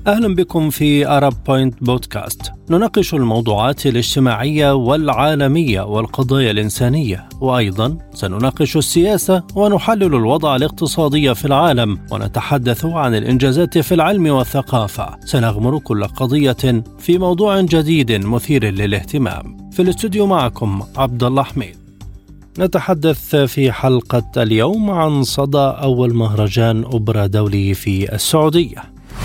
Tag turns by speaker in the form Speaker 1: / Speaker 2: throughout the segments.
Speaker 1: أهلا بكم في أرب بوينت بودكاست. نناقش الموضوعات الاجتماعية والعالمية والقضايا الإنسانية، وأيضا سنناقش السياسة ونحلل الوضع الاقتصادي في العالم، ونتحدث عن الإنجازات في العلم والثقافة. سنغمر كل قضية في موضوع جديد مثير للاهتمام. في الاستوديو معكم عبد الله حميد. نتحدث في حلقة اليوم عن صدى أول مهرجان أوبرا دولي في السعودية.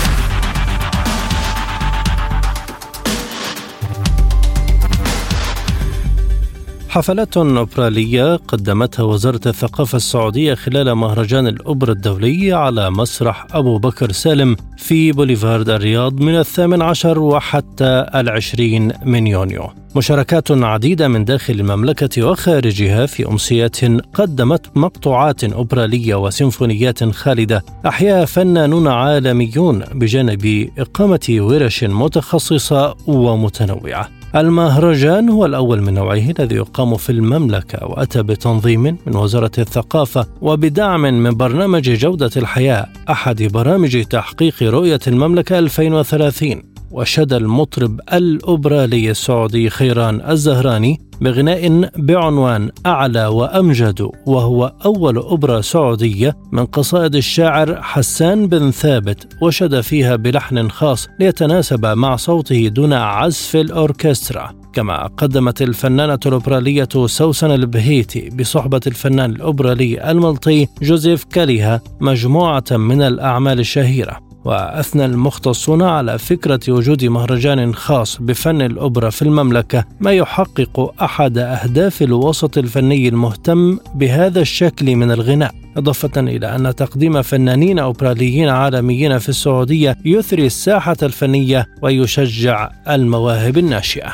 Speaker 1: حفلات أوبرالية قدمتها وزارة الثقافة السعودية خلال مهرجان الأوبرا الدولي على مسرح أبو بكر سالم في بوليفارد الرياض من 18 وحتى 20 من يونيو. مشاركات عديدة من داخل المملكة وخارجها في أمسيات قدمت مقطوعات أوبرالية وسيمفونيات خالدة أحياها فنانون عالميون، بجانب إقامة ورش متخصصة ومتنوعة. المهرجان هو الأول من نوعه الذي يقام في المملكة، وأتى بتنظيم من وزارة الثقافة وبدعم من برنامج جودة الحياة، أحد برامج تحقيق رؤية المملكة 2030. وشد المطرب الأوبرالي السعودي خيران الزهراني بغناء بعنوان أعلى وأمجد، وهو أول أوبرا سعودية من قصائد الشاعر حسان بن ثابت، وشد فيها بلحن خاص ليتناسب مع صوته دون عزف الأوركسترا. كما قدمت الفنانة الأوبرالية سوسن البهيتي بصحبة الفنان الأوبرالي الملطي جوزيف كاليها مجموعة من الأعمال الشهيرة. وأثنى المختصون على فكرة وجود مهرجان خاص بفن الأوبرا في المملكة، ما يحقق أحد أهداف الوسط الفني المهتم بهذا الشكل من الغناء، إضافة إلى أن تقديم فنانين أوبراليين عالميين في السعودية يثري الساحة الفنية ويشجع المواهب الناشئة.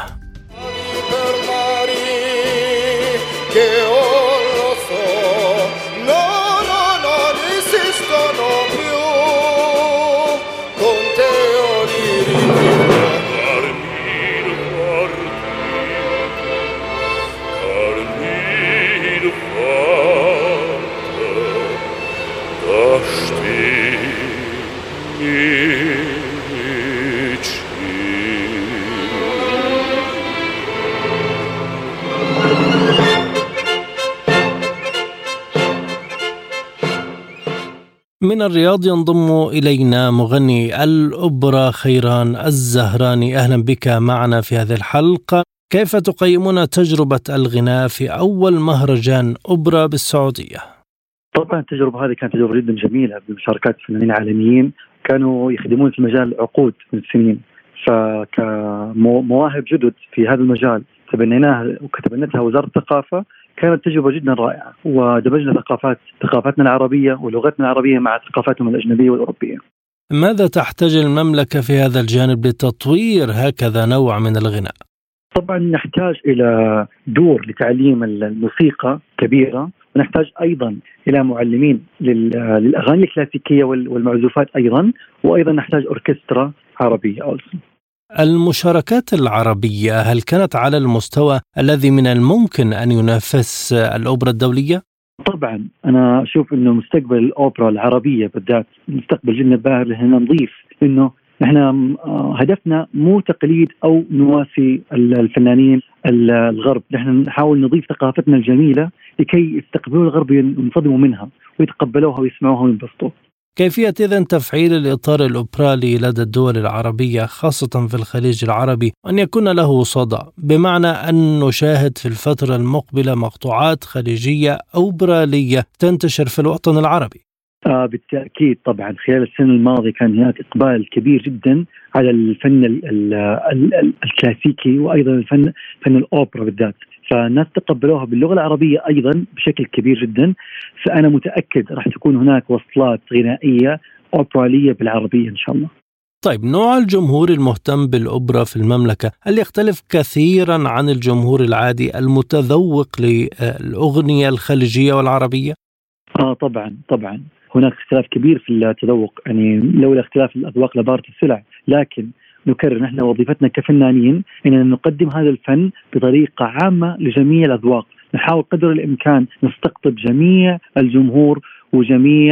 Speaker 1: من الرياض ينضم إلينا مغني الأوبرا خيران الزهراني. أهلا بك معنا في هذه الحلقة. كيف تقيمون تجربة الغناء في أول مهرجان أوبرا بالسعودية؟
Speaker 2: طبعا التجربة هذه كانت تجربة جدا جميلة بمشاركات فنانين عالميين كانوا يخدمون في المجال عقود من السنين، فكمواهب جدد في هذا المجال تبنيناها وتبنتها وزارة الثقافة. كانت تجربة جدا رائعة، ودمجنا ثقافتنا العربية ولغتنا العربية مع ثقافتهم الأجنبية والأوروبية.
Speaker 1: ماذا تحتاج المملكة في هذا الجانب لتطوير هكذا نوع من الغناء؟
Speaker 2: طبعا نحتاج إلى دور لتعليم الموسيقى كبيرة، ونحتاج أيضا إلى معلمين للأغاني الكلاسيكية والمعزوفات أيضا، وأيضا نحتاج أوركسترا عربية أيضا.
Speaker 1: المشاركات العربية هل كانت على المستوى الذي من الممكن أن ينافس الأوبرا الدولية؟
Speaker 2: طبعا أنا أشوف أنه مستقبل الأوبرا العربية بالذات مستقبل جدا باهر، لأننا نضيف إنه نحن هدفنا مو تقليد أو نواسي الفنانين الغرب، نحن نحاول نضيف ثقافتنا الجميلة لكي يستقبلوا الغرب وينصدموا منها ويتقبلوها ويسمعوها وينبسطوا.
Speaker 1: كيفية إذن تفعيل الإطار الأوبرالي لدى الدول العربية خاصة في الخليج العربي أن يكون له صدى، بمعنى أن نشاهد في الفترة المقبلة مقطوعات خليجية أوبرالية تنتشر في الوطن العربي؟
Speaker 2: بالتأكيد. طبعا خلال السنة الماضية كان هناك إقبال كبير جدا على الفن الكلاسيكي وأيضا فن الأوبرا بالذات، فالناس تقبلوها باللغة العربية أيضا بشكل كبير جدا. فأنا متأكد راح تكون هناك وصلات غنائية أوبرالية بالعربية إن شاء الله.
Speaker 1: طيب، نوع الجمهور المهتم بالأوبرا في المملكة هل يختلف كثيرا عن الجمهور العادي المتذوق للأغنية الخليجية والعربية؟
Speaker 2: طبعا هناك اختلاف كبير في التذوق، يعني لولا اختلاف الأذواق لبارت السلع. لكن نكرر نحن وظيفتنا كفنانين أننا نقدم هذا الفن بطريقة عامة لجميع الأذواق، نحاول قدر الإمكان نستقطب جميع الجمهور وجميع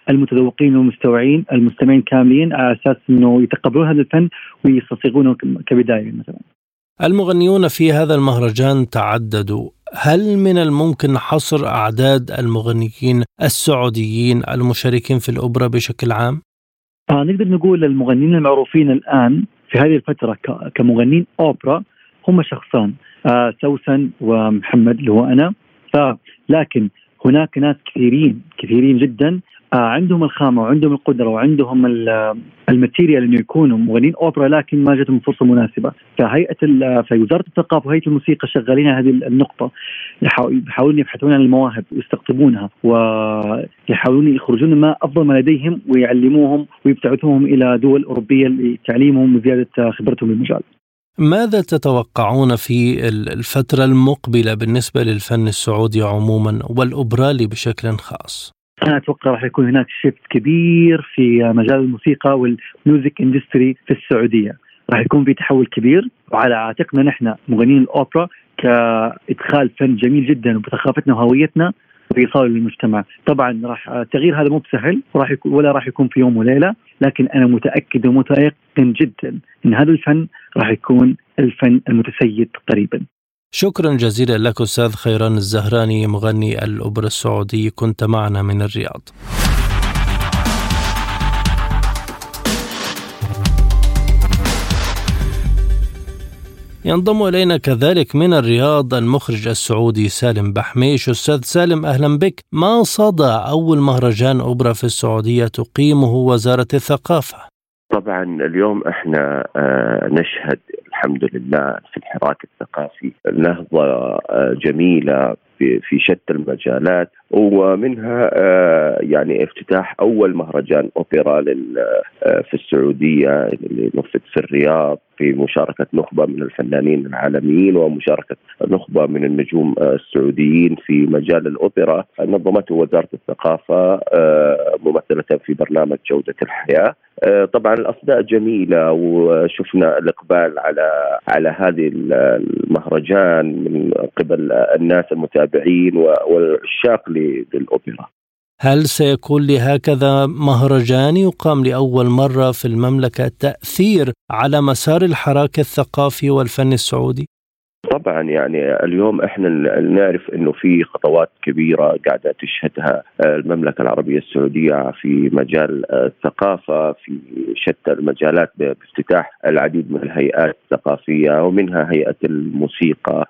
Speaker 2: المتذوقين والمستوعين المستمعين كاملين على أساس أنه يتقبلون هذا الفن ويستصيغونه كبداية مثلا.
Speaker 1: المغنيون في هذا المهرجان تعددوا، هل من الممكن حصر أعداد المغنيين السعوديين المشاركين في الأوبرا بشكل عام؟
Speaker 2: نقدر نقول المغنيين المعروفين الآن في هذه الفترة كمغنين أوبرا هم شخصان، سوسن ومحمد اللي هو أنا. لكن هناك ناس كثيرين جدا عندهم الخامة وعندهم القدرة وعندهم الماتيريال انه يكونوا مغنيين اوبرا، لكن ما جاتهم فرصة مناسبة. في وزارة الثقافة وهيئة الموسيقى شغالين هذه النقطة، يحاولون يبحثون عن المواهب ويستقطبونها ويحاولون يخرجون ما افضل ما لديهم ويعلموهم ويبتعثوهم الى دول اوروبية لتعليمهم وزيادة خبرتهم بالمجال.
Speaker 1: ماذا تتوقعون في الفترة المقبلة بالنسبة للفن السعودي عموما والأوبرالي بشكل خاص؟
Speaker 2: أنا أتوقع راح يكون هناك شيفت كبير في مجال الموسيقى والميوزك اندستري في السعودية. راح يكون في تحول كبير، وعلى عاتقنا نحن مغنيين الأوبرا كإدخال فن جميل جدا وبثقافتنا وهويتنا وإيصاله للمجتمع. طبعا راح التغيير هذا مو بسهل ولا راح يكون في يوم وليلة، لكن أنا متأكد ومتيقن جدا أن هذا الفن راح يكون الفن المتسيد قريبا.
Speaker 1: شكرا جزيلا لك أستاذ خيران الزهراني، مغني الأوبرا السعودي، كنت معنا من الرياض. ينضم إلينا كذلك من الرياض المخرج السعودي سالم بحميش. أستاذ سالم أهلا بك. ما صدى أول مهرجان أوبرا في السعودية تقيمه وزارة الثقافة؟
Speaker 3: طبعا اليوم احنا نشهد الحمد لله في الحراك الثقافي نهضة جميلة في شتى المجالات، ومنها يعني افتتاح أول مهرجان أوبرا في السعودية اللي نفذ في الرياض في مشاركة نخبة من الفنانين العالميين ومشاركة نخبة من النجوم السعوديين في مجال الأوبرا، نظمته وزارة الثقافة ممثلة في برنامج جودة الحياة. طبعا الأصداء جميلة وشفنا الإقبال على هذه المهرجان من قبل الناس المتابعين والعشاق للأوبرا.
Speaker 1: هل سيكون لهكذا مهرجان يقام لأول مرة في المملكة تأثير على مسار الحراك الثقافي والفن السعودي؟
Speaker 3: طبعا يعني اليوم احنا نعرف انه في خطوات كبيره قاعده تشهدها المملكه العربيه السعوديه في مجال الثقافه في شتى المجالات بافتتاح العديد من الهيئات الثقافيه ومنها هيئه الموسيقى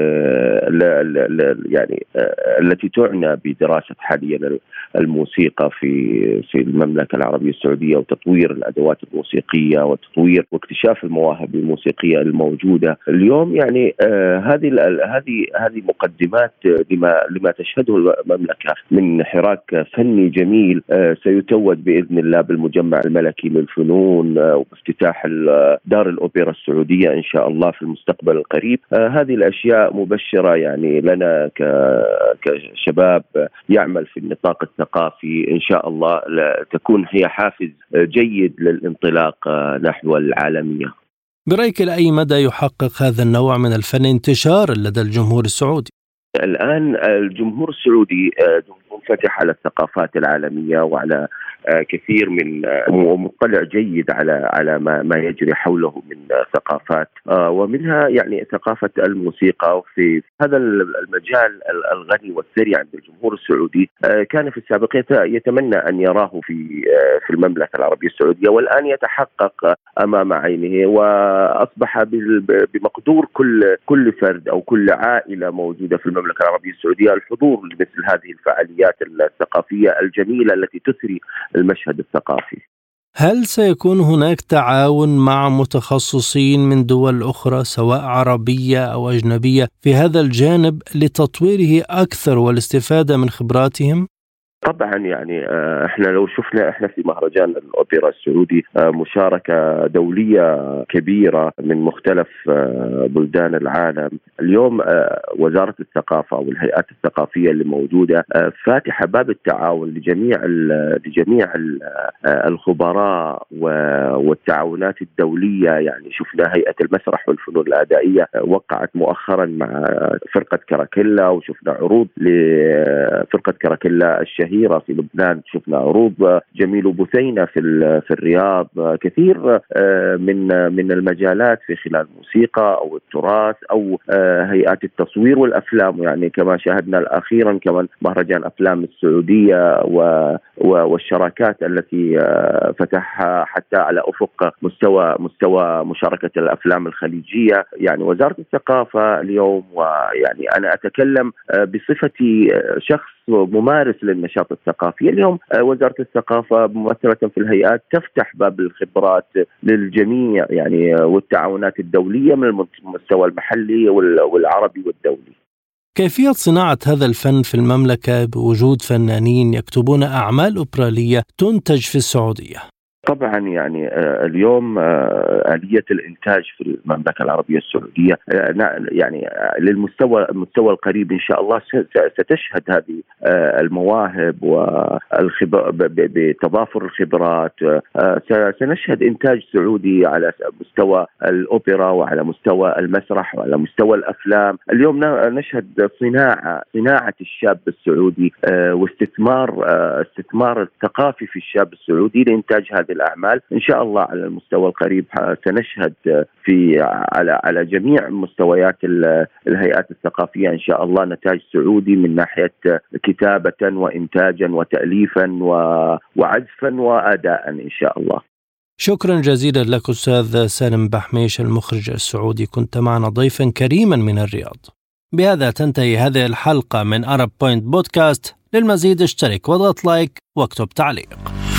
Speaker 3: يعني التي تعنى بدراسه حاليا الموسيقى في المملكه العربيه السعوديه وتطوير الادوات الموسيقيه وتطوير واكتشاف المواهب الموسيقيه الموجوده اليوم. يعني هذه مقدمات لما تشهده المملكة من حراك فني جميل سيتوج بإذن الله بالمجمع الملكي للفنون وافتتاح دار الأوبرا السعودية إن شاء الله في المستقبل القريب. هذه الأشياء مبشرة يعني لنا كشباب يعمل في النطاق الثقافي، إن شاء الله تكون هي حافز جيد للانطلاق نحو العالمية.
Speaker 1: برأيك لأي مدى يحقق هذا النوع من الفن انتشار لدى الجمهور السعودي؟
Speaker 3: الآن الجمهور السعودي منفتح على الثقافات العالمية وعلى كثير من ومطلع جيد على ما يجري حوله من ثقافات، ومنها يعني ثقافة الموسيقى. في هذا المجال الغني والثري عند الجمهور السعودي كان في السابق يتمنى أن يراه في المملكة العربية السعودية، والآن يتحقق أمام عينه، وأصبح بمقدور كل فرد أو كل عائلة موجودة في المملكة العربية السعودية الحضور لمثل هذه الفعاليات الثقافية الجميلة التي تثري المشهد الثقافي.
Speaker 1: هل سيكون هناك تعاون مع متخصصين من دول أخرى سواء عربية أو أجنبية في هذا الجانب لتطويره أكثر والاستفادة من خبراتهم؟
Speaker 3: طبعا يعني احنا لو شفنا احنا في مهرجان الأوبرا السعودي مشاركة دولية كبيرة من مختلف بلدان العالم. اليوم وزارة الثقافة والهيئات الثقافية اللي موجودة فاتحة باب التعاون لجميع الخبراء والتعاونات الدولية. يعني شفنا هيئة المسرح والفنون الأدائية وقعت مؤخرا مع فرقة كاراكيلا، وشفنا عروض لفرقة كاراكيلا الشهيرة شهيرة في لبنان، شفنا عروض جميل وبثينة في الرياض، كثير من المجالات في خلال الموسيقى أو التراث أو هيئات التصوير والأفلام، يعني كما شاهدنا أخيرا كمان مهرجان أفلام السعودية والشراكات التي فتحها حتى على أفق مستوى مشاركة الأفلام الخليجية. يعني وزارة الثقافة اليوم، ويعني أنا أتكلم بصفتي شخص ممارس للنشاط الثقافي، اليوم وزارة الثقافة ممثلة في الهيئات تفتح باب الخبرات للجميع يعني والتعاونات الدولية من المستوى المحلي والعربي والدولي.
Speaker 1: كيفية صناعة هذا الفن في المملكة بوجود فنانين يكتبون أعمال أوبرالية تنتج في السعودية؟
Speaker 3: طبعا يعني اليوم آلية الإنتاج في المملكة العربية السعودية يعني المستوى القريب إن شاء الله ستشهد هذه المواهب بتضافر الخبرات. سنشهد إنتاج سعودي على مستوى الأوبرا وعلى مستوى المسرح وعلى مستوى الأفلام. اليوم نشهد صناعة الشاب السعودي واستثمار الثقافي في الشاب السعودي لإنتاج هذه الأعمال. إن شاء الله على المستوى القريب سنشهد على جميع مستويات الهيئات الثقافية إن شاء الله نتاج سعودي من ناحية كتابة وإنتاجا وتأليفا وعزفا وأداء إن شاء الله.
Speaker 1: شكرا جزيلا لك أستاذ سالم بحميش المخرج السعودي، كنت معنا ضيفا كريما من الرياض. بهذا تنتهي هذه الحلقة من Arab Point بودكاست. للمزيد اشترك واضغط لايك واكتب تعليق.